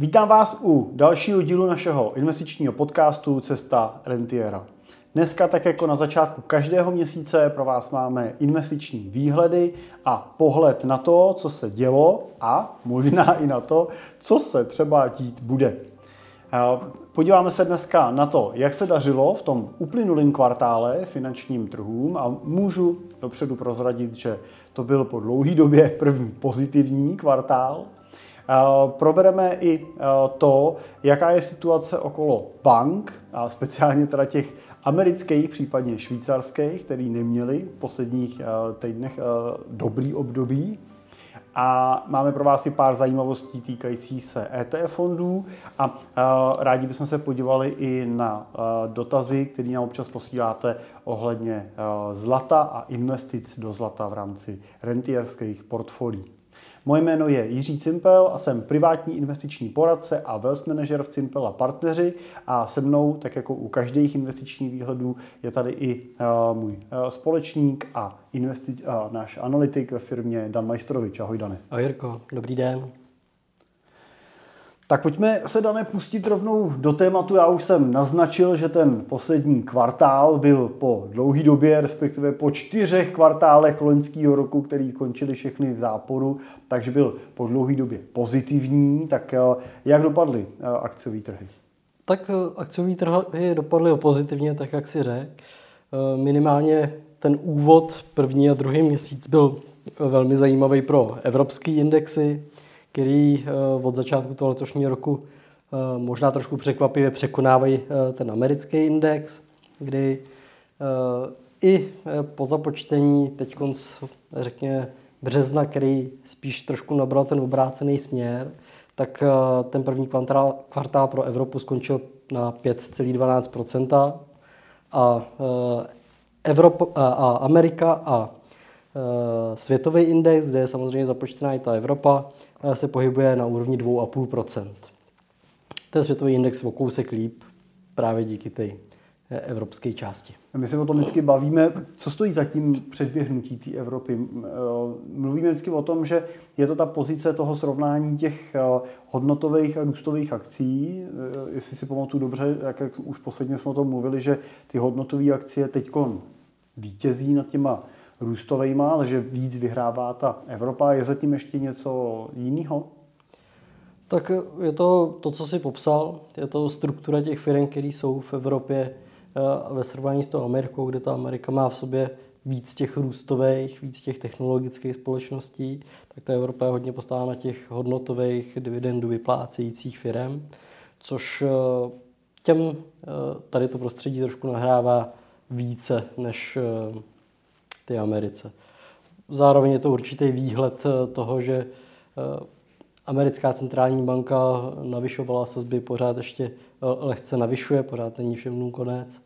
Vítám vás u dalšího dílu našeho investičního podcastu Cesta rentiera. Dneska, tak jako na začátku každého měsíce, pro vás máme investiční výhledy a pohled na to, co se dělo a možná i na to, co se třeba dít bude. Podíváme se dneska na to, jak se dařilo v tom uplynulém kvartále finančním trhům a můžu dopředu prozradit, že to byl po dlouhé době první pozitivní kvartál. Probereme i to, jaká je situace okolo bank, a speciálně teda těch amerických, případně švýcarských, který neměli v posledních týdnech dobrý období. A máme pro vás i pár zajímavostí týkající se ETF fondů a rádi bychom se podívali i na dotazy, které nám občas posíláte ohledně zlata a investic do zlata v rámci rentierských portfolií. Moje jméno je Jiří Cimpel a jsem privátní investiční poradce a wealth manager v Cimpel a partneři a se mnou, tak jako u každých investičních výhledů, je tady i můj společník a náš analytik ve firmě Dan Majstorovič. Ahoj, Dane. Ahoj, Jirko. Dobrý den. Tak pojďme se, Dane, pustit rovnou do tématu. Já už jsem naznačil, že ten poslední kvartál byl po dlouhé době, respektive po 4 kvartálech loňského roku, který končily všechny v záporu, takže byl po dlouhé době pozitivní. Tak jak dopadly akciové trhy? Tak akciové trhy dopadly pozitivně, tak jak si řekl. Minimálně ten úvod, první a druhý měsíc byl velmi zajímavý pro evropské indexy, který od začátku toho letošního roku možná trošku překvapivě překonávají ten americký index, kdy i po započtení teď řekněme března, který spíš trošku nabral ten obrácený směr, tak ten první kvartál pro Evropu skončil na 5,12% a Amerika a světový index, kde je samozřejmě započtená i ta Evropa, se pohybuje na úrovni 2,5%. Ten světový index o kousek líp právě díky té evropské části. My se o tom vždycky bavíme, co stojí za tím předběhnutí té Evropy. Mluvíme vždycky o tom, že je to ta pozice toho srovnání těch hodnotových a růstových akcí. Jestli si pamatuju dobře, jak už posledně jsme o tom mluvili, že ty hodnotové akcie teďkon vítězí nad těma růstovejma, ale že víc vyhrává ta Evropa. Je zatím ještě něco jiného? Tak je to, co jsi popsal, je to struktura těch firm, které jsou v Evropě ve srovnání s tou Amerikou, kde ta Amerika má v sobě víc těch růstových, víc těch technologických společností, tak ta Evropa je hodně postavena na těch hodnotových dividendu vyplácejících firm, což těm tady to prostředí trošku nahrává více než té Americe. Zároveň je to určitý výhled toho, že americká centrální banka navyšovala sazby, pořád ještě lehce navyšuje, pořád není všem dnů konec.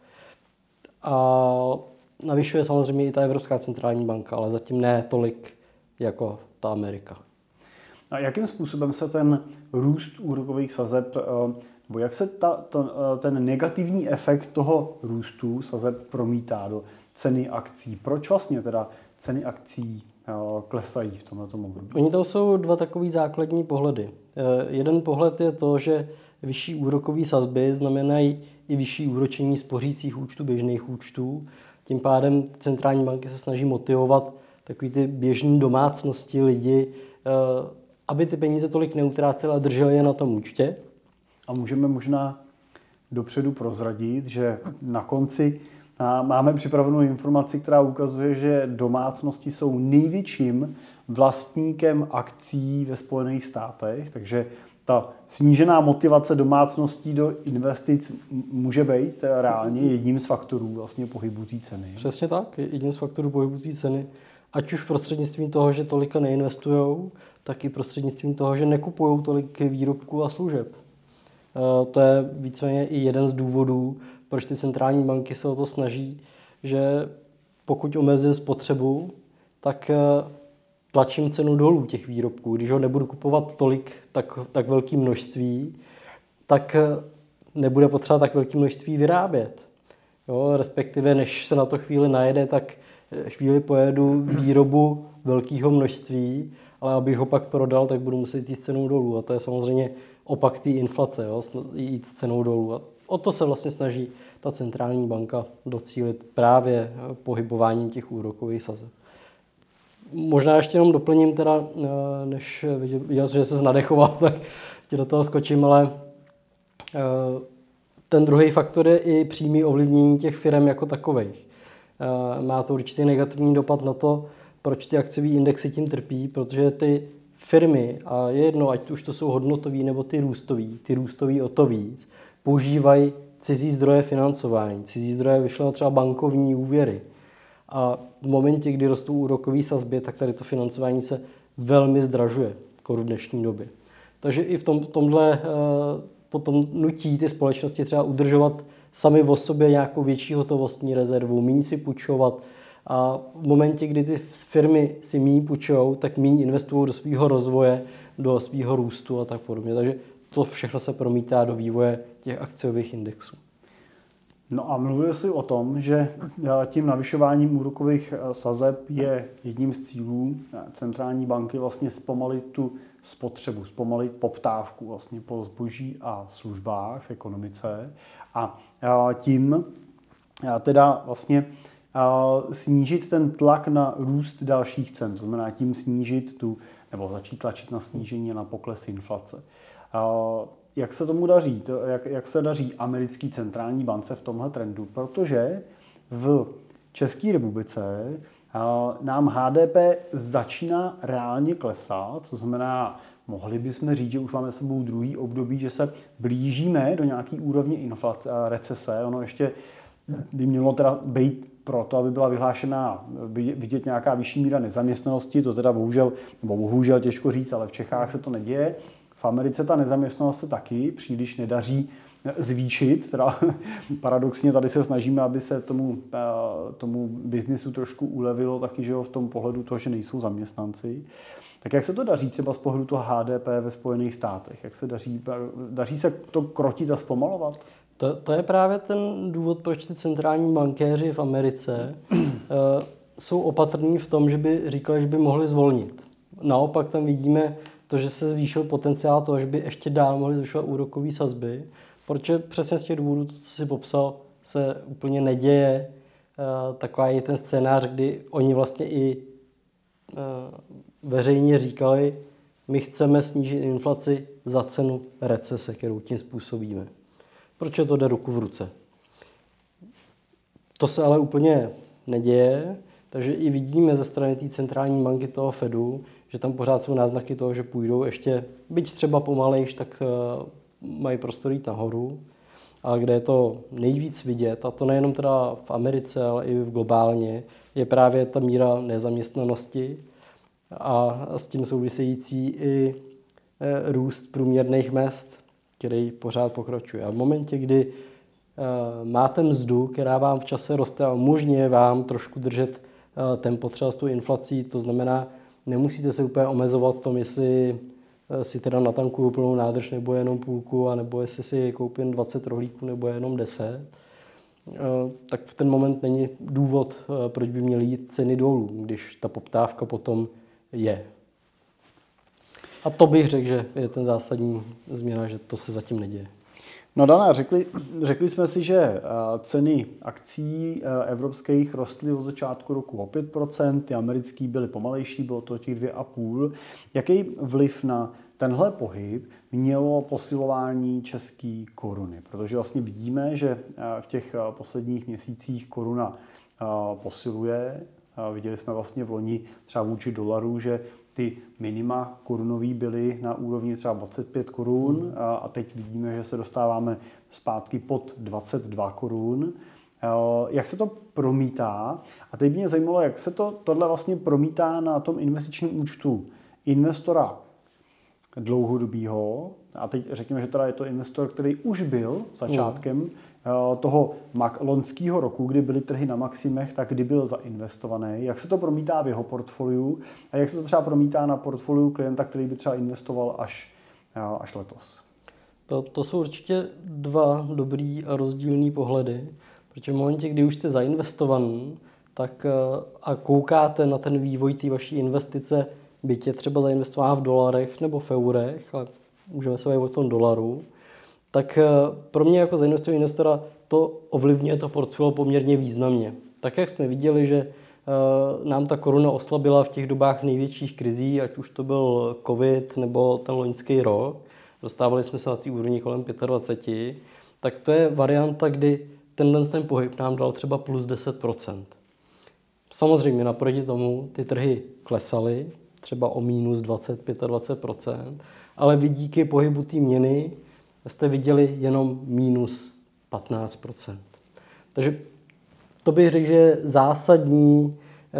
A navyšuje samozřejmě i ta Evropská centrální banka, ale zatím ne tolik jako ta Amerika. A jakým způsobem se ten růst úrokových sazeb, nebo jak se ten negativní efekt toho růstu sazeb promítá do ceny akcí? Proč vlastně teda ceny akcí klesají v tomto období? Oni to jsou dva takový základní pohledy. Jeden pohled je to, že vyšší úrokové sazby znamenají i vyšší úročení spořících účtů, běžných účtů. Tím pádem centrální banky se snaží motivovat takový ty běžné domácnosti, lidi, aby ty peníze tolik neutrácely a drželi je na tom účtě. A můžeme možná dopředu prozradit, že na konci máme připravenou informaci, která ukazuje, že domácnosti jsou největším vlastníkem akcí ve Spojených státech, takže ta snížená motivace domácností do investic může být reálně jedním z faktorů vlastně pohybu té ceny. Přesně tak, jedním z faktorů pohybu té ceny. Ať už prostřednictvím toho, že tolika neinvestujou, tak i prostřednictvím toho, že nekupují tolik výrobků a služeb. To je víceméně i jeden z důvodů, proč ty centrální banky se o to snaží, že pokud omezím spotřebu, tak tlačím cenu dolů těch výrobků. Když ho nebudu kupovat tolik, tak velké množství, tak nebude potřeba tak velké množství vyrábět. Jo, respektive, než se na to chvíli najede, tak chvíli pojedu výrobu velkého množství, ale abych ho pak prodal, tak budu muset jít s cenou dolů. A to je samozřejmě opak té inflace, jo, jít s cenou dolů. A o to se vlastně snaží ta centrální banka docílit právě pohybováním těch úrokových sazeb. Možná ještě jenom doplním teda, než viděl jsem, že se nadechoval, tak ti do toho skočím, ale ten druhý faktor je i přímý ovlivnění těch firm jako takových. Má to určitý negativní dopad na to, proč ty akciové indexy tím trpí, protože ty firmy, a je jedno, ať už to jsou hodnotový nebo ty růstový o to víc, používají cizí zdroje financování. Cizí zdroje vyšlo třeba bankovní úvěry. A v momentě, kdy rostou úrokové sazby, tak tady to financování se velmi zdražuje v dnešní době. Takže i v tomhle potom nutí ty společnosti třeba udržovat sami o sobě nějakou větší hotovostní rezervu, méně si půjčovat. A v momentě, kdy ty firmy si méně půjčují, tak méně investují do svého rozvoje, do svého růstu a tak podobně. Takže to všechno se promítá do vývoje těch akciových indexů. No a mluvil jsi o tom, že tím navyšováním úrokových sazeb je jedním z cílů centrální banky vlastně zpomalit tu spotřebu, zpomalit poptávku vlastně po zboží a službách v ekonomice a tím teda vlastně snížit ten tlak na růst dalších cen, to znamená tím snížit nebo začít tlačit na snížení a na pokles inflace. Jak se tomu daří? Jak se daří americké centrální bance v tomhle trendu? Protože v České republice nám HDP začíná reálně klesat, to znamená, mohli bychom říct, že už máme s sebou druhý období, že se blížíme do nějaké úrovně inflace, recese. Ono ještě by mělo teda být proto, aby byla vyhlášená, vidět nějaká vyšší míra nezaměstnanosti, to teda bohužel těžko říct, ale v Čechách se to neděje. V Americe ta nezaměstnanost se taky příliš nedaří zvýšit, teda paradoxně tady se snažíme, aby se tomu biznisu trošku ulevilo taky, že jo, v tom pohledu toho, že nejsou zaměstnanci. Tak jak se to daří třeba z pohledu toho HDP ve Spojených státech? Jak se daří se to krotit a zpomalovat? To je právě ten důvod, proč ty centrální bankéři v Americe jsou opatrní v tom, že by říkali, že by mohli zvolnit. Naopak tam vidíme to, že se zvýšil potenciál toho, že by ještě dál mohli zvyšovat úrokové sazby, protože přesně z těch důvodů, co jsi popsal, se úplně neděje. Takový je ten scénář, kdy oni vlastně i veřejně říkali, my chceme snížit inflaci za cenu recese, kterou tím způsobíme. Proč to jde ruku v ruce? To se ale úplně neděje, takže i vidíme ze strany té centrální banky toho Fedu, že tam pořád jsou náznaky toho, že půjdou ještě, byť třeba pomalejš, tak mají prostor jít nahoru. A kde je to nejvíc vidět, a to nejenom teda v Americe, ale i globálně, je právě ta míra nezaměstnanosti a s tím související i růst průměrných mezd, který pořád pokračuje. A v momentě, kdy máte mzdu, která vám v čase roste a umožňuje vám trošku držet tempo třeba s tou inflací, to znamená, nemusíte se úplně omezovat v tom, jestli si teda natankuju plnou nádrž nebo jenom půlku, anebo jestli si koupím 20 rohlíků nebo jenom 10, tak v ten moment není důvod, proč by měly jít ceny dolů, když ta poptávka potom je. A to bych řekl, že je ten zásadní změna, že to se zatím neděje. No Dana, řekli jsme si, že ceny akcí evropských rostly od začátku roku o 5%, ty americký byly pomalejší, bylo to těch 2,5%. Jaký vliv na tenhle pohyb mělo posilování české koruny? Protože vlastně vidíme, že v těch posledních měsících koruna posiluje. Viděli jsme vlastně v loni třeba vůči dolaru, že ty minima korunový byly na úrovni třeba 25 korun a teď vidíme, že se dostáváme zpátky pod 22 korun. Jak se to promítá? A teď mě zajímalo, jak se tohle vlastně promítá na tom investičním účtu investora dlouhodobýho. A teď řekněme, že teda je to investor, který už byl začátkem toho loňského roku, kdy byly trhy na maximech, tak kdy byl zainvestovaný. Jak se to promítá v jeho portfoliu a jak se to třeba promítá na portfoliu klienta, který by třeba investoval až letos? To jsou určitě dva dobrý a rozdílný pohledy, protože v momentě, kdy už jste zainvestovaný, tak a koukáte na ten vývoj té vaší investice, byť je třeba zainvestována v dolarech nebo v eurech, ale můžeme se bavit o tom dolaru, tak pro mě jako zainvestovaného investora to ovlivňuje to portfolio poměrně významně. Tak jak jsme viděli, že nám ta koruna oslabila v těch dobách největších krizí, ať už to byl covid nebo ten loňský rok, dostávali jsme se na té úrovni kolem 25, tak to je varianta, kdy ten pohyb nám dal třeba plus 10%. Samozřejmě naproti tomu ty trhy klesaly, třeba o minus 20-25%, ale vy díky pohybu té měny jste viděli jenom minus 15%. Takže to bych řekl, že je zásadní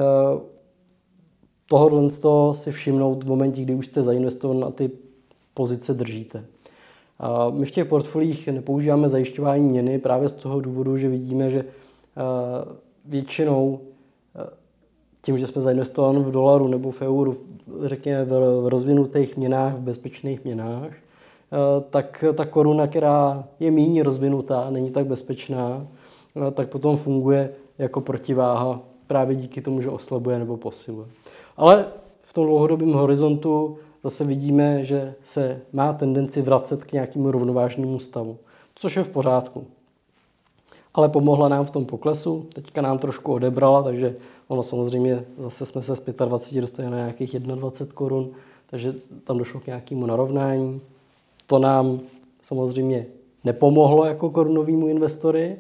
tohohle si všimnout v momentě, kdy už jste zainvestovali a ty pozice držíte. My v těch portfoliích nepoužíváme zajišťování měny právě z toho důvodu, že vidíme, že většinou tím, že jsme zainvestováni v dolaru nebo v euru, řekněme v rozvinutých měnách, v bezpečných měnách, tak ta koruna, která je méně rozvinutá, není tak bezpečná, tak potom funguje jako protiváha právě díky tomu, že oslabuje nebo posiluje. Ale v tom dlouhodobém horizontu zase vidíme, že se má tendenci vracet k nějakému rovnovážnému stavu, což je v pořádku. Ale pomohla nám v tom poklesu, teďka nám trošku odebrala, takže ono samozřejmě zase jsme se z 25 dostali na nějakých 21 korun, takže tam došlo k nějakému narovnání. To nám samozřejmě nepomohlo jako korunovému investory.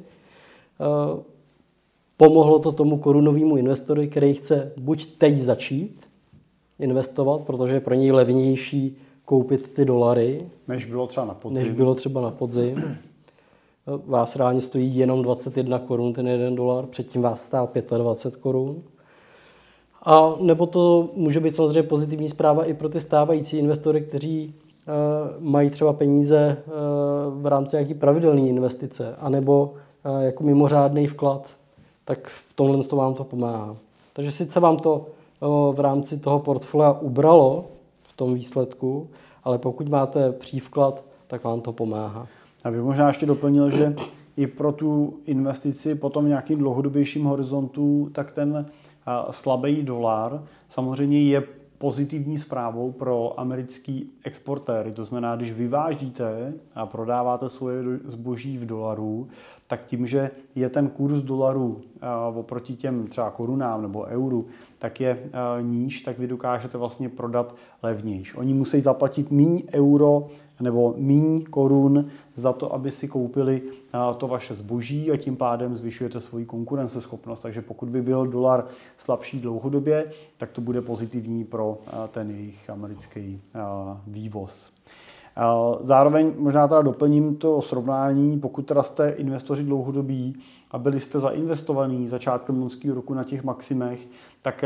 Pomohlo to tomu korunovému investory, který chce buď teď začít investovat, protože je pro něj levnější koupit ty dolary, než bylo třeba na podzim. Vás reálně stojí jenom 21 korun ten $1, předtím vás stál 25 korun. A nebo to může být samozřejmě pozitivní zpráva i pro ty stávající investory, kteří mají třeba peníze v rámci nějaké pravidelné investice, anebo jako mimořádný vklad, tak v tomhle vám to pomáhá. Takže sice vám to v rámci toho portfolia ubralo v tom výsledku, ale pokud máte přívklad, tak vám to pomáhá. Já bych možná ještě doplnil, že i pro tu investici potom v nějakým dlouhodobějším horizontu, tak ten slabý dolar samozřejmě je pozitivní zprávou pro americký exportéry. To znamená, když vyvážíte a prodáváte svoje zboží v dolaru, tak tím, že je ten kurz dolaru oproti těm třeba korunám nebo euru, tak je níž, tak vy dokážete vlastně prodat levnějš. Oni musí zaplatit míň euro nebo míň korun za to, aby si koupili to vaše zboží a tím pádem zvyšujete svoji konkurenceschopnost. Takže pokud by byl dolar slabší dlouhodobě, tak to bude pozitivní pro ten jejich americký vývoz. Zároveň možná teda doplním to srovnání, pokud teda jste investoři dlouhodobí a byli jste zainvestovaní začátkem loňského roku na těch maximech, tak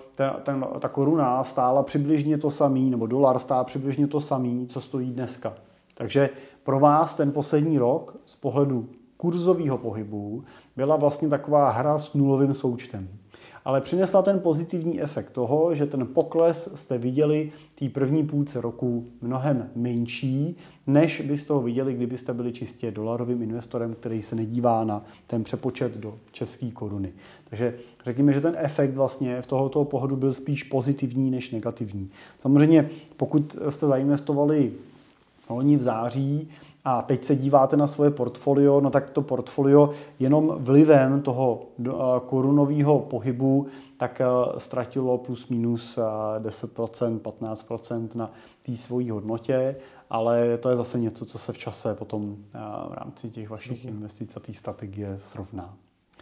ta koruna stála přibližně to samý, nebo dolar stál přibližně to samý, co stojí dneska. Takže pro vás ten poslední rok z pohledu kurzového pohybu byla vlastně taková hra s nulovým součtem. Ale přinesla ten pozitivní efekt toho, že ten pokles jste viděli té první půlce roku mnohem menší, než byste ho viděli, kdybyste byli čistě dolarovým investorem, který se nedívá na ten přepočet do české koruny. Takže řekněme, že ten efekt vlastně v tohoto pohledu byl spíš pozitivní než negativní. Samozřejmě, pokud jste zainvestovali loni v září a teď se díváte na svoje portfolio, no tak to portfolio jenom vlivem toho korunového pohybu tak ztratilo plus minus 10%, 15% na té svojí hodnotě, ale to je zase něco, co se v čase potom v rámci těch vašich investic a té strategie srovná.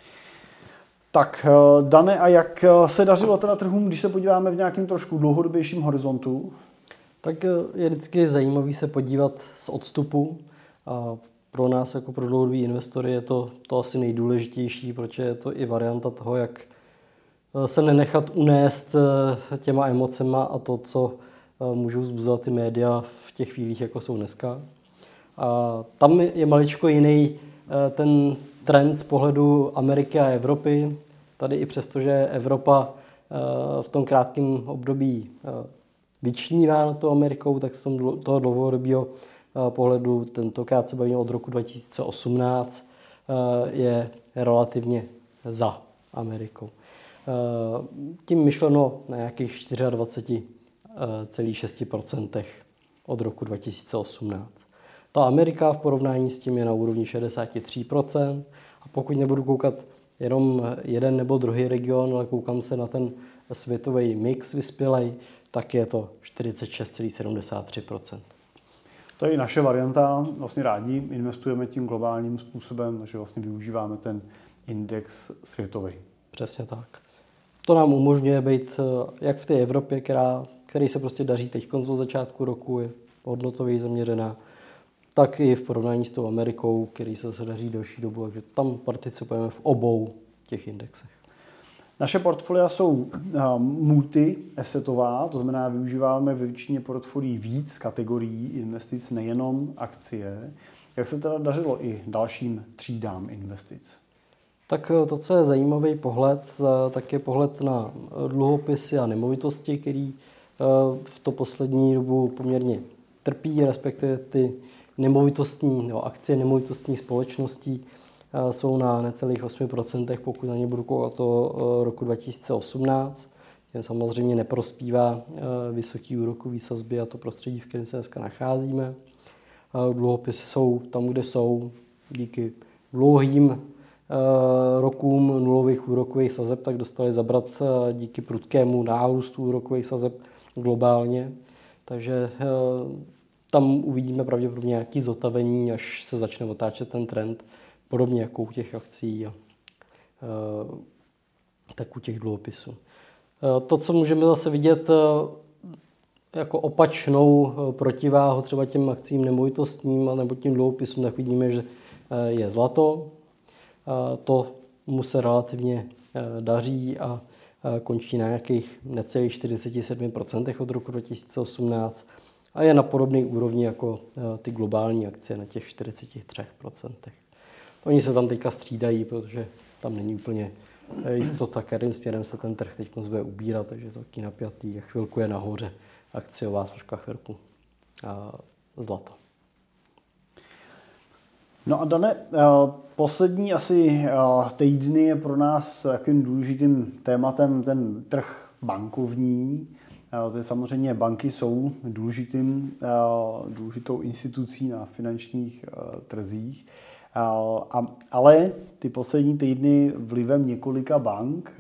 Tak, Dane, a jak se dařilo teda trhům, když se podíváme v nějakém trošku dlouhodobějším horizontu? Tak je vždycky zajímavý se podívat z odstupu. A pro nás jako pro dlouhodobý investory je to asi nejdůležitější, protože je to i varianta toho, jak se nenechat unést těma emocema a to, co můžou vzbuzovat ty média v těch chvílích, jako jsou dneska. A tam je maličko jiný ten trend z pohledu Ameriky a Evropy. Tady i přesto, že Evropa v tom krátkém období vyčnívá na to Amerikou, tak z toho dlouhodobého pohledu, tentokrát se bavíme od roku 2018, je relativně za Amerikou. Tím myšleno na nějakých 24,6%. od roku 2018. Ta Amerika v porovnání s tím je na úrovni 63%. A pokud nebudu koukat jenom jeden nebo druhý region, ale koukám se na ten světový mix vyspělej, tak je to 46,73%. To je i naše varianta. Vlastně rádi investujeme tím globálním způsobem, takže vlastně využíváme ten index světový. Přesně tak. To nám umožňuje být jak v té Evropě, který se prostě daří teď od začátku roku, je hodnotově zaměřená, tak i v porovnání s tou Amerikou, který se zase daří delší dobu, takže tam participujeme v obou těch indexech. Naše portfolia jsou multi-assetová, to znamená, využíváme ve většině portfolií víc kategorií investic, nejenom akcie. Jak se teda dařilo i dalším třídám investic? Tak to, co je zajímavý pohled, tak je pohled na dluhopisy a nemovitosti, který v to poslední dobu poměrně trpí, respektive ty nemovitostní, akcie nemovitostních společností jsou na necelých 8%, pokud na ně budu koukat to roku 2018. Jen samozřejmě neprospívá vysoký úrokový sazby a to prostředí, v kterém se dneska nacházíme. Dluhopisy jsou tam, kde jsou, díky dlouhým rokům nulových úrokových sazeb, tak dostali zabrat díky prudkému nárůstu úrokových sazeb globálně. Takže tam uvidíme pravděpodobně nějaké zotavení, až se začne otáčet ten trend, podobně jako u těch akcí a tak u těch dluhopisů. To, co můžeme zase vidět jako opačnou protiváhu třeba těm akcím nemovitostním nebo tím dluhopisům, tak vidíme, že je zlato. To mu se relativně daří a končí na nějakých necelých 47% od roku 2018 a je na podobné úrovni jako ty globální akcie na těch 43%. Oni se tam teďka střídají, protože tam není úplně jistota, kterým směrem se ten trh teď bude ubírat, takže to taky napjatý. Chvilku je nahoře akciová složka, chvilku zlato. No a Dane, poslední asi týdny je pro nás takovým důležitým tématem ten trh bankovní. Samozřejmě banky jsou důležitou institucí na finančních trzích, ale ty poslední týdny vlivem několika bank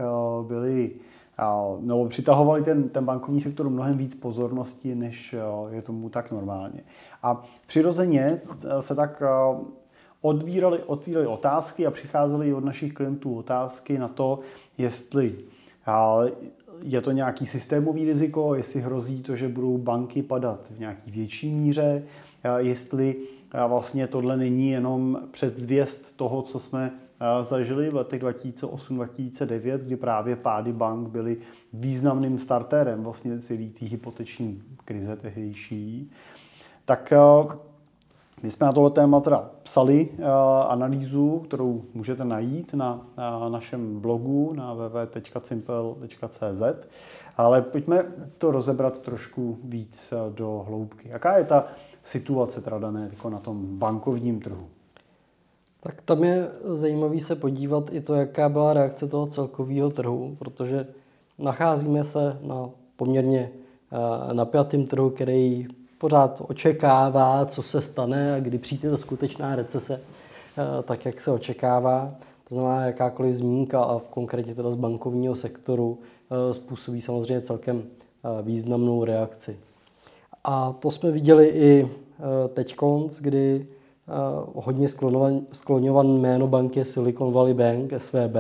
přitahovali ten bankovní sektor mnohem víc pozornosti, než je tomu tak normálně. A přirozeně se tak otvíraly otázky a přicházely od našich klientů otázky na to, jestli je to nějaký systémový riziko, jestli hrozí to, že budou banky padat v nějaký větší míře, jestli vlastně tohle není jenom předzvěst toho, co jsme zažili v letech 2008-2009, kdy právě pády bank byly významným startérem vlastně celé té hypoteční krize tehdejší. Tak my jsme na tohle téma teda psali analýzu, kterou můžete najít na našem blogu na www.cimpel.cz, ale pojďme to rozebrat trošku víc do hloubky. Jaká je ta situace teda dané jako na tom bankovním trhu? Tak tam je zajímavý se podívat i to, jaká byla reakce toho celkového trhu, protože nacházíme se na poměrně napjatým trhu, který pořád očekává, co se stane a kdy přijde ta skutečná recese, tak jak se očekává. To znamená, jakákoliv zmínka a konkrétně teda z bankovního sektoru způsobí samozřejmě celkem významnou reakci. A to jsme viděli i teďkonc, kdy hodně skloňovan jméno banky je Silicon Valley Bank, SVB,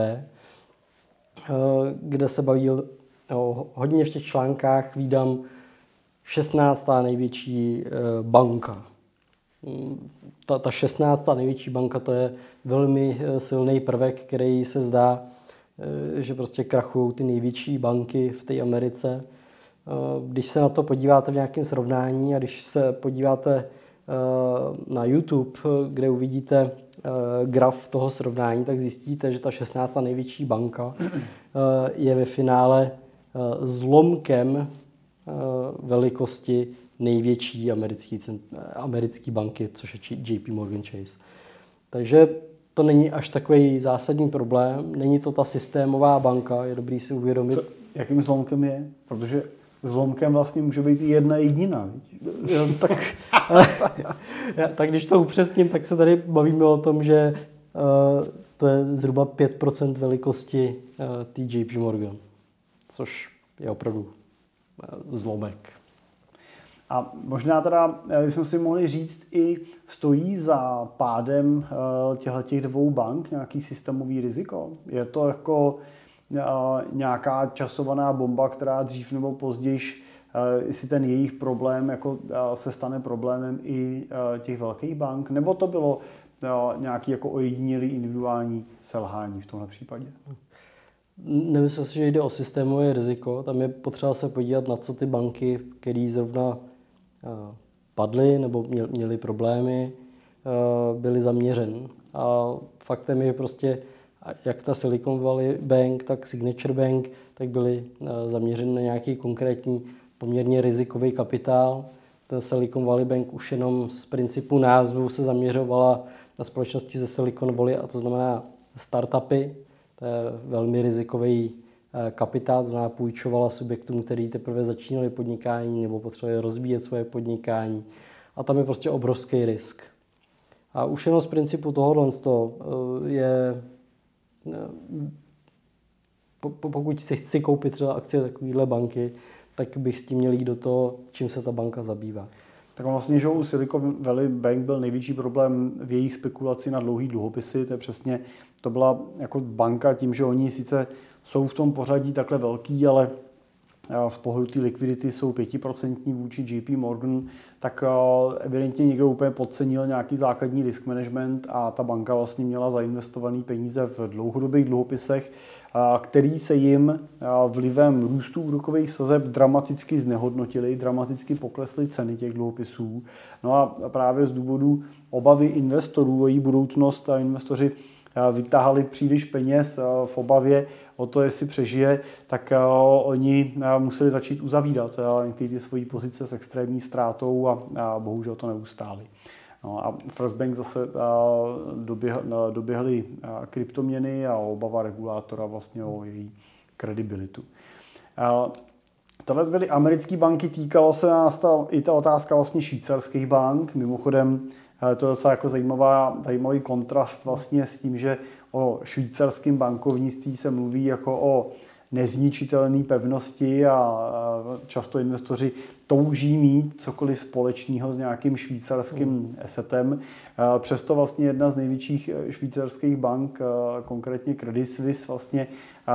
kde se baví hodně v těch článkách vídám 16. největší banka. Ta 16. největší banka, to je velmi silný prvek, který se zdá, že prostě krachují ty největší banky v té Americe. Když se na to podíváte v nějakém srovnání a když se podíváte na YouTube, kde uvidíte graf toho srovnání, tak zjistíte, že ta 16. největší banka je ve finále zlomkem velikosti největší americké banky, což je JP Morgan Chase. Takže to není až takový zásadní problém. Není to ta systémová banka, je dobrý si uvědomit. Jakým zlomkem je? Protože zlomkem vlastně může být i jedna jediná. Jo, tak když to upřesním, tak se tady bavíme o tom, že to je zhruba 5% velikosti té JP Morgan, což je opravdu zlomek. A možná teda, bychom si mohli říct, i stojí za pádem těchto dvou bank nějaký systémový riziko? Je to jako nějaká časovaná bomba, která dřív nebo později, jestli ten jejich problém jako se stane problémem i těch velkých bank? Nebo to bylo nějaký jako ojedinělý individuální selhání v tomhle případě? Nemyslím si, že jde o systémové riziko. Tam je potřeba se podívat na co ty banky, které zrovna padly nebo měly problémy, byly zaměřen. A faktem je, že prostě jak ta Silicon Valley Bank, tak Signature Bank, tak byly zaměřeny na nějaký konkrétní poměrně rizikový kapitál. Ten Silicon Valley Bank už jenom z principu názvu se zaměřovala na společnosti ze Silicon Valley, a to znamená startupy. To je velmi rizikový kapitál, to znamená půjčovala subjektům, který teprve začínali podnikání nebo potřebovali rozvíjet svoje podnikání. A tam je prostě obrovský risk. A už jenom z principu tohohle je, pokud si chci koupit třeba akcie takovéhle banky, tak bych s tím měl jít do toho, čím se ta banka zabývá. Tak vlastně, že u Silicon Valley Bank byl největší problém v jejich spekulaci na dlouhý dluhopisy. To je přesně, to byla jako banka tím, že oni sice jsou v tom pořadí takhle velký, ale z pohledu té likvidity jsou 5% vůči JP Morgan, tak evidentně někdo úplně podcenil nějaký základní risk management a ta banka vlastně měla zainvestované peníze v dlouhodobých dluhopisech, který se jim vlivem růstu úrokových sazeb dramaticky znehodnotily, dramaticky poklesly ceny těch dluhopisů. No a právě z důvodu obavy investorů o její budoucnost a investoři vytáhali příliš peněz v obavě o to, jestli přežije, tak oni museli začít uzavírat některé svoji pozice s extrémní ztrátou a bohužel to neustáli. No a First Bank zase doběhly kryptoměny a obava regulátora vlastně o její kredibilitu. Tohle byly americké banky, týkalo se nás i ta otázka vlastně švýcarských bank. Mimochodem, to je docela jako zajímavý kontrast vlastně s tím, že o švýcarském bankovnictví se mluví jako o nezničitelné pevnosti a často investoři touží mít cokoliv společného s nějakým švýcarským assetem. Přesto vlastně jedna z největších švýcarských bank, konkrétně Credit Suisse, vlastně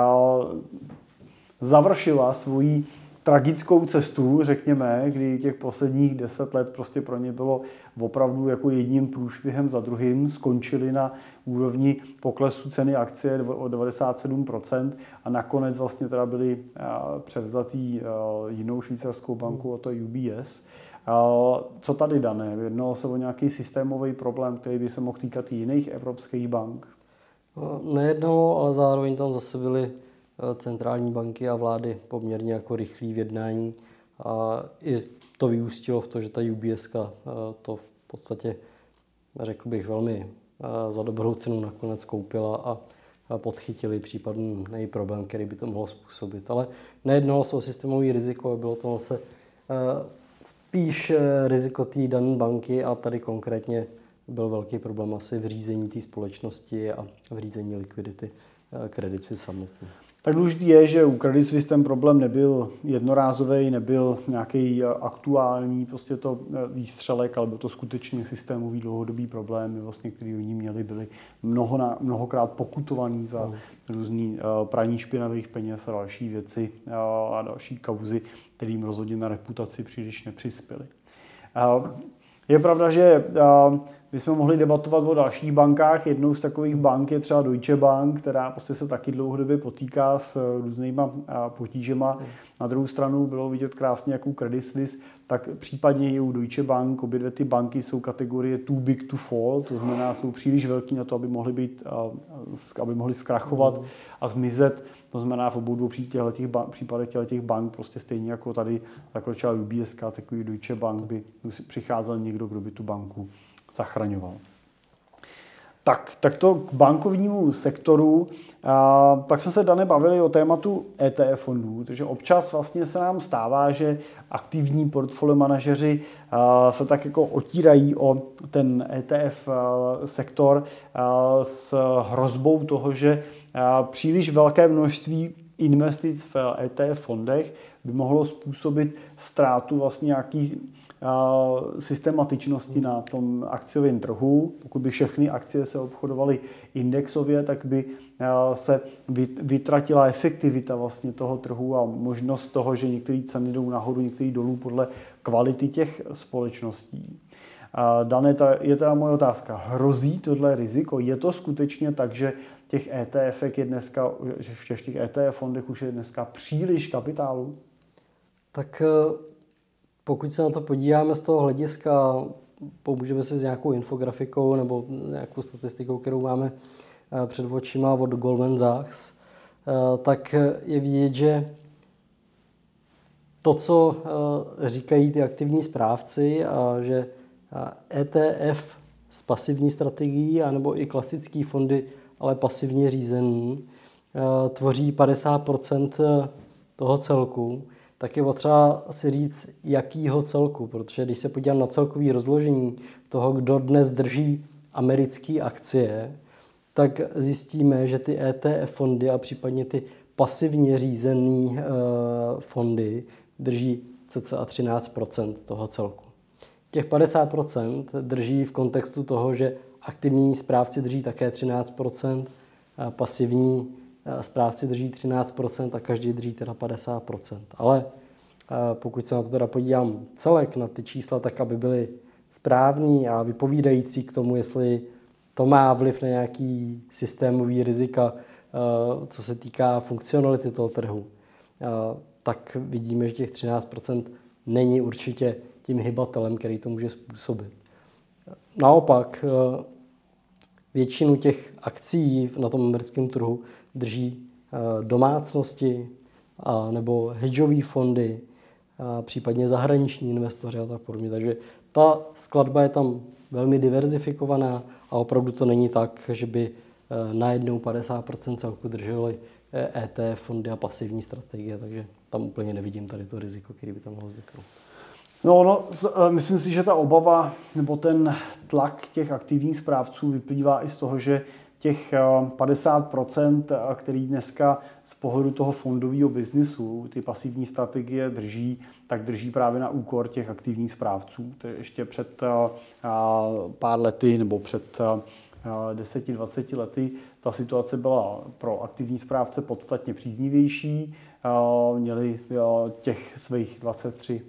završila svoji tragickou cestu, řekněme, kdy těch posledních 10 let prostě pro ně bylo opravdu jako jedním průšvihem za druhým, skončili na úrovni poklesu ceny akcie o 97% a nakonec vlastně teda byli převzatý jinou švýcarskou banku, a to UBS. Co tady, Dané? Jednalo se o nějaký systémový problém, který by se mohl týkat i jiných evropských bank? Nejednalo, ale zároveň tam zase byly centrální banky a vlády poměrně jako rychlý v jednání. A i to vyústilo v to, že ta UBS to v podstatě, řekl bych, velmi za dobrou cenu nakonec koupila a podchytili případný problém, který by to mohlo způsobit. Ale nejednalo se o systémový riziko, bylo to zase spíš riziko té dané banky a tady konkrétně byl velký problém asi v řízení té společnosti a v řízení likvidity Credit Suisse samotný. Tak důležité je, že u Credit Suisse ten problém nebyl jednorázový, nebyl nějaký aktuální prostě to výstřelek, ale byl to skutečně systémový dlouhodobý problém, vlastně, který oni měli, byli mnohokrát pokutovaní za různý praní špinavých peněz a další věci a další kauzy, kterým rozhodně na reputaci příliš nepřispěly. Je pravda, že bychom mohli debatovat o dalších bankách. Jednou z takových bank je třeba Deutsche Bank, která prostě se taky dlouhodobě potýká s různýma potížema. Na druhou stranu bylo vidět krásně, jak u Credit Suisse, tak případně i u Deutsche Bank. Obě dvě ty banky jsou kategorie too big to fall, to znamená, jsou příliš velký na to, aby mohly zkrachovat a zmizet. To znamená, v obou dvou případech těch bank, prostě stejně jako tady zakročila UBS, takový Deutsche Bank by přicházel někdo, kdo by tu banku zachraňoval. Tak to k bankovnímu sektoru. Pak jsme se, Dane, bavili o tématu ETF fondů, protože občas vlastně se nám stává, že aktivní portfolio manažeři se tak jako otírají o ten ETF sektor s hrozbou toho, že příliš velké množství investic v ETF fondech by mohlo způsobit ztrátu vlastně nějaký systematičnosti na tom akciovém trhu. Pokud by všechny akcie se obchodovaly indexově, tak by se vytratila efektivita vlastně toho trhu a možnost toho, že některé ceny jdou nahoru, některé dolů podle kvality těch společností. Dané, je teda moje otázka. Hrozí tohle riziko? Je to skutečně tak, že těch ETF je dneska, že v těch ETF fondech už je dneska příliš kapitálu? Tak pokud se na to podíváme z toho hlediska, pomůžeme se s nějakou infografikou nebo nějakou statistikou, kterou máme před očima od Goldman Sachs, tak je vidět, že to, co říkají ty aktivní správci, že ETF s pasivní strategií, anebo i klasické fondy, ale pasivně řízený, tvoří 50% toho celku, tak je potřeba si říct, jakýho celku, protože když se podívám na celkový rozložení toho, kdo dnes drží americké akcie, tak zjistíme, že ty ETF fondy a případně ty pasivně řízené fondy drží cca 13% toho celku. Těch 50% drží v kontextu toho, že aktivní správci drží také 13%, pasivní správci drží 13% a každý drží teda 50%. Ale pokud se na to teda podívám celek na ty čísla, tak aby byly správní a vypovídající k tomu, jestli to má vliv na nějaký systémový rizika, co se týká funkcionality toho trhu, tak vidíme, že těch 13% není určitě tím hybatelem, který to může způsobit. Naopak, většinu těch akcí na tom americkém trhu drží domácnosti nebo hedžové fondy, případně zahraniční investoři a tak podobně. Takže ta skladba je tam velmi diverzifikovaná a opravdu to není tak, že by najednou 50% celku drželi ETF fondy a pasivní strategie, takže tam úplně nevidím tady to riziko, který by tam mohlo vzniknout. Myslím si, že ta obava nebo ten tlak těch aktivních správců vyplývá i z toho, že těch 50%, který dneska z pohledu toho fondového biznisu ty pasivní strategie drží, tak drží právě na úkor těch aktivních správců. To je ještě před pár lety nebo před 10-20 lety ta situace byla pro aktivní správce podstatně příznivější. Měli těch svých 23%,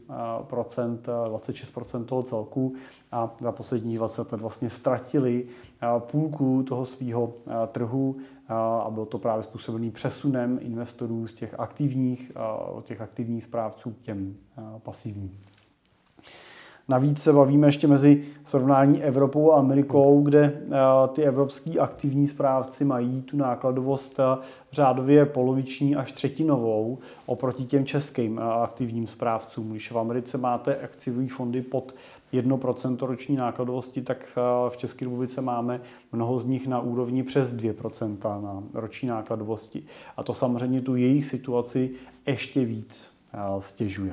26% toho celku a za poslední 20 let vlastně ztratili půlku toho svého trhu a bylo to právě způsobený přesunem investorů z těch aktivních správců k těm pasivním. Navíc se bavíme ještě mezi srovnání Evropou a Amerikou, kde ty evropský aktivní správci mají tu nákladovost řádově poloviční až třetinovou oproti těm českým aktivním správcům. Když v Americe máte akciové fondy pod 1% roční nákladovosti, tak v České republice máme mnoho z nich na úrovni přes 2% na roční nákladovosti. A to samozřejmě tu jejich situaci ještě víc stěžuje.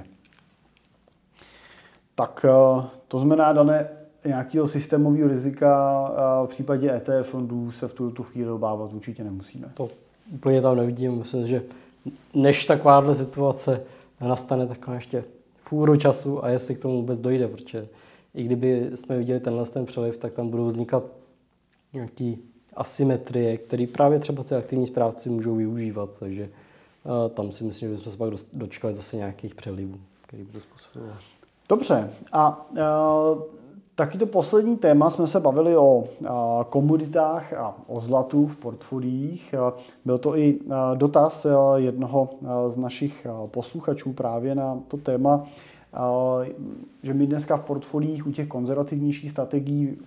Tak to znamená, Dané, nějakého systémového rizika v případě ETF fondů se v tuto chvíli obávat určitě nemusíme. To úplně tam nevidím. Myslím, že než takováhle situace nastane, tak ještě fůru času a jestli k tomu vůbec dojde, protože i kdyby jsme viděli ten přeliv, tak tam budou vznikat nějaké asymetrie, které právě třeba ty aktivní správci můžou využívat. Takže tam si myslím, že bychom se pak dočkali zase nějakých přelivů, který budou způsobovat. Dobře. A taky to poslední téma jsme se bavili o komoditách a o zlatu v portfoliích. Byl to i dotaz jednoho z našich posluchačů právě na to téma, že my dneska v portfoliích u těch konzervativnějších strategií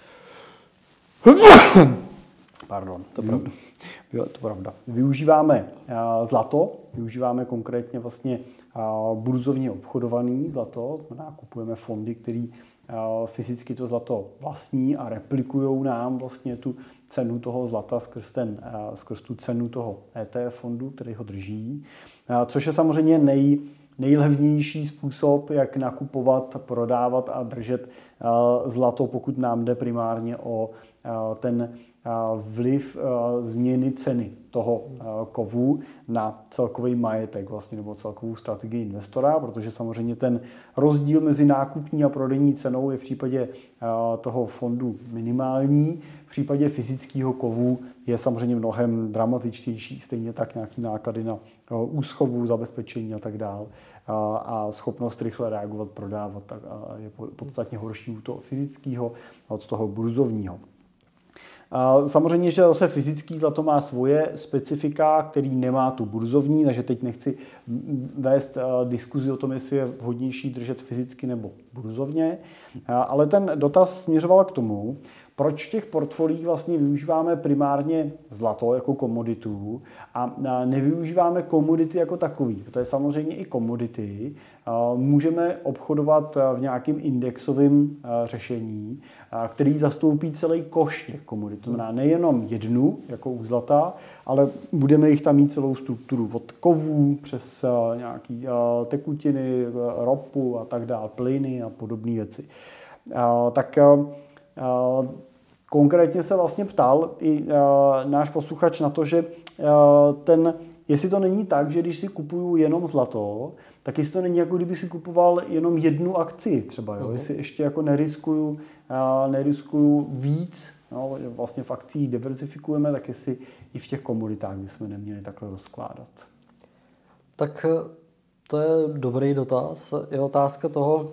to pravda. Využíváme zlato, využíváme konkrétně vlastně burzovně obchodovaný zlato, znamená kupujeme fondy, které fyzicky to zlato vlastní a replikují nám vlastně tu cenu toho zlata skrz tu cenu toho ETF fondu, který ho drží, což je samozřejmě nejlevnější způsob, jak nakupovat, prodávat a držet zlato, pokud nám jde primárně o ten vliv změny ceny toho kovu na celkový majetek vlastně, nebo celkovou strategii investora, protože samozřejmě ten rozdíl mezi nákupní a prodejní cenou je v případě toho fondu minimální. V případě fyzického kovu je samozřejmě mnohem dramatičtější, stejně tak nějaký náklady na úschovu, zabezpečení a tak dále. A schopnost rychle reagovat, prodávat je podstatně horší u toho fyzického a od toho burzovního. Samozřejmě, že zase fyzický zlato má svoje specifika, který nemá tu burzovní, takže teď nechci vést diskuzi o tom, jestli je vhodnější držet fyzicky nebo burzovně, ale ten dotaz směřoval k tomu, proč v těch portfoliích vlastně využíváme primárně zlato jako komoditu a nevyužíváme komodity jako takový. To je samozřejmě i komodity. Můžeme obchodovat v nějakém indexovém řešení, který zastoupí celý koš těch komodit. To znamená nejenom jednu, jako u zlata, ale budeme jich tam mít celou strukturu. Od kovů přes nějaké tekutiny, ropu a tak dále, plyny a podobné věci. Konkrétně se vlastně ptal i náš posluchač na to, že jestli to není tak, že když si kupuju jenom zlato, tak jestli to není jako kdyby si kupoval jenom jednu akci třeba, jo? Jestli ještě jako neriskuju víc, no, vlastně v akcích diverzifikujeme, tak jestli i v těch komoditách bychom neměli takhle rozkládat. Tak to je dobrý dotaz. Je otázka toho,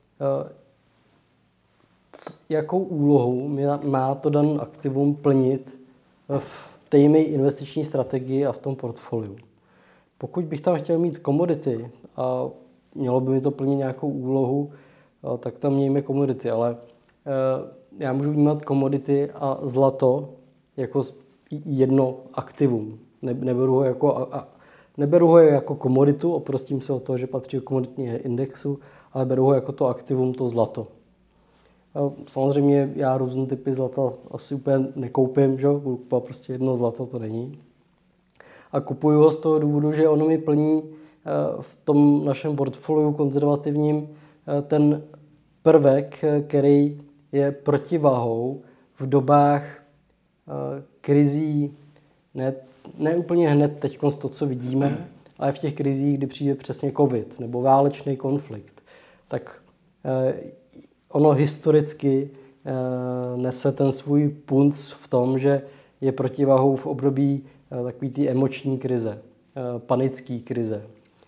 jakou úlohu má to dané aktivum plnit v té mé investiční strategii a v tom portfoliu. Pokud bych tam chtěl mít komodity a mělo by mi to plnit nějakou úlohu, tak tam mějme komodity, ale já můžu vnímat komodity a zlato jako jedno aktivum. Neberu ho jako komoditu, oprostím se od toho, že patří do komoditního indexu, ale beru ho jako to aktivum, to zlato. Samozřejmě já různé typy zlata asi úplně nekoupím, že? Budu kupovat prostě jedno zlato, to není. A kupuju ho z toho důvodu, že ono mi plní v tom našem portfoliu konzervativním ten prvek, který je protivahou v dobách krizí, ne úplně hned teď to, co vidíme, ale v těch krizích, kdy přijde přesně covid nebo válečný konflikt, tak ono historicky nese ten svůj punc v tom, že je protivahou v období takový ty emoční krize, panické krize.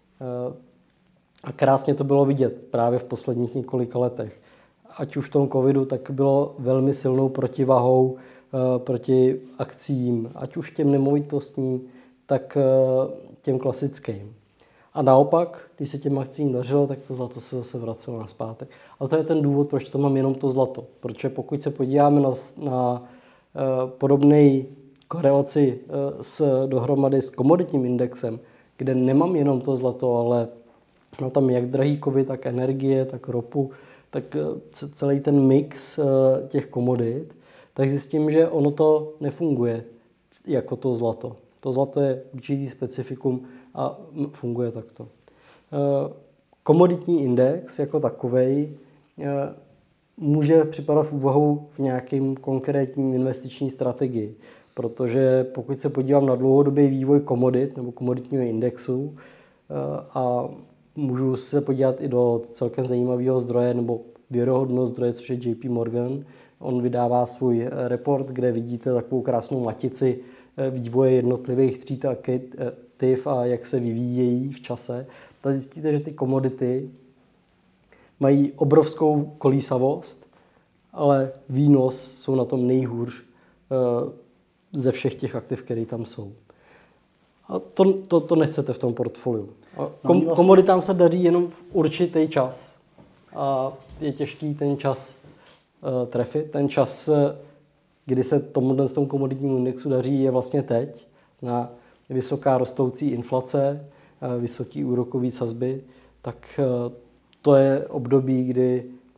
A krásně to bylo vidět právě v posledních několika letech. Ať už v tom covidu, tak bylo velmi silnou protivahou proti akcím, ať už těm nemovitostním, tak těm klasickým. A naopak, když se těm akcím dařilo, tak to zlato se zase vracelo nazpátek. Ale to je ten důvod, proč to mám jenom to zlato. Protože pokud se podíváme na podobné korelaci dohromady s komoditním indexem, kde nemám jenom to zlato, ale mám tam jak drahý kovy, tak energie, tak ropu, tak celý ten mix těch komodit, tak zjistím, že ono to nefunguje jako to zlato. To zlato je určitý specifikum a funguje takto. Komoditní index jako takovej může připadat v úvahu v nějakým konkrétním investiční strategii, protože pokud se podívám na dlouhodobý vývoj komodit nebo komoditního indexu a můžu se podívat i do celkem zajímavého zdroje nebo věrohodného zdroje, což je JP Morgan. On vydává svůj report, kde vidíte takovou krásnou matici vývoje jednotlivých tříd aktiv a jak se vyvíjejí v čase. Tak zjistíte, že ty komodity mají obrovskou kolísavost, ale výnos jsou na tom nejhůř ze všech těch aktiv, které tam jsou. A to nechcete v tom portfoliu. Komoditám se daří jenom v určitý čas. A je těžký ten čas trefit. Ten čas, kdy se tomu komoditnímu indexu daří, je vlastně teď. Na vysoká rostoucí inflace, vysoký úrokový sazby, tak to je období, kdy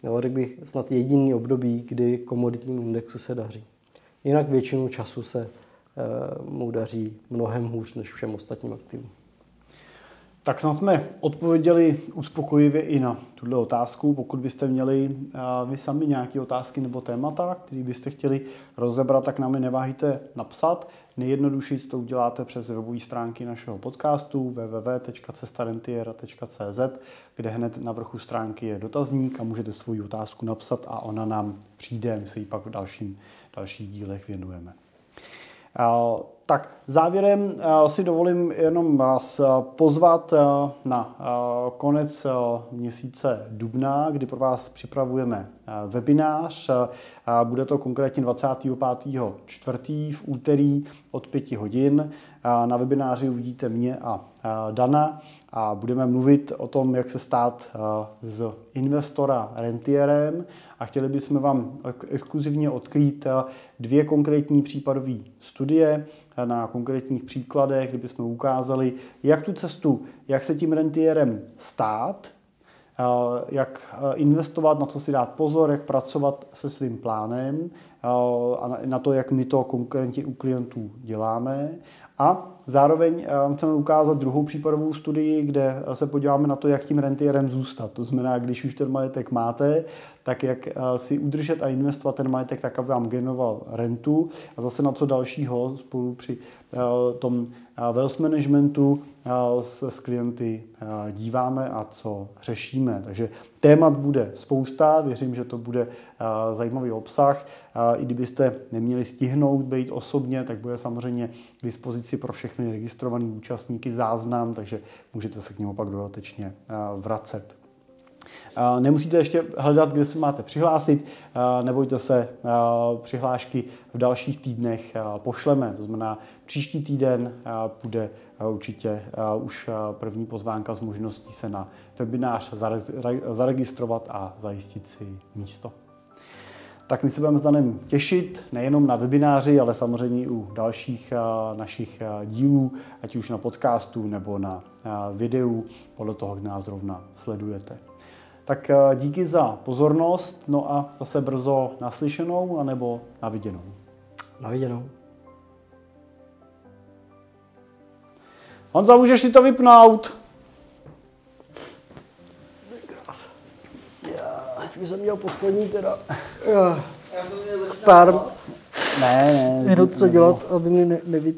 Jo, řekl bych snad jediný období, kdy komoditnímu indexu se daří. Jinak většinu času se mu daří mnohem hůř než všem ostatním aktivům. Tak snad jsme odpověděli uspokojivě i na tuto otázku. Pokud byste měli vy sami nějaké otázky nebo témata, které byste chtěli rozebrat, tak nám je neváhejte napsat. Nejjednodušeji to uděláte přes webové stránky našeho podcastu www.cestarentiera.cz, kde hned na vrchu stránky je dotazník a můžete svou otázku napsat a ona nám přijde. My se jí pak v dalších dílech věnujeme. Tak závěrem si dovolím jenom vás pozvat na konec měsíce dubna, kdy pro vás připravujeme webinář. Bude to konkrétně 25.4. v úterý od 5 hodin. Na webináři uvidíte mě a Dana a budeme mluvit o tom, jak se stát z investora rentierem a chtěli bychom vám exkluzivně odkrýt 2 konkrétní případové studie na konkrétních příkladech, kde bychom ukázali, jak tu cestu, jak se tím rentierem stát, jak investovat, na co si dát pozor, jak pracovat se svým plánem a na to, jak my to konkrétně u klientů děláme. A zároveň chceme ukázat druhou případovou studii, kde se podíváme na to, jak tím rentierem zůstat. To znamená, když už ten majetek máte, tak jak si udržet a investovat ten majetek tak, aby vám generoval rentu a zase na co dalšího spolu při tom wealth managementu s klienty díváme a co řešíme. Takže témat bude spousta, věřím, že to bude zajímavý obsah. I kdybyste neměli stihnout být osobně, tak bude samozřejmě k dispozici pro všechny registrované účastníky záznam, takže můžete se k němu pak dodatečně vracet. Nemusíte ještě hledat, kde se máte přihlásit, nebojte se, přihlášky v dalších týdnech pošleme. To znamená, příští týden bude určitě už první pozvánka s možností se na webinář zaregistrovat a zajistit si místo. Tak my se budeme s Danem těšit nejenom na webináři, ale samozřejmě i u dalších našich dílů, ať už na podcastu nebo na videu, podle toho, kde nás zrovna sledujete. Tak díky za pozornost, no a zase brzo naslyšenou, anebo na viděnou. Na viděnou. Honza, můžeš si to vypnout? Teď bych měl poslední teda pár minut co dělat, aby mi nevytáhl.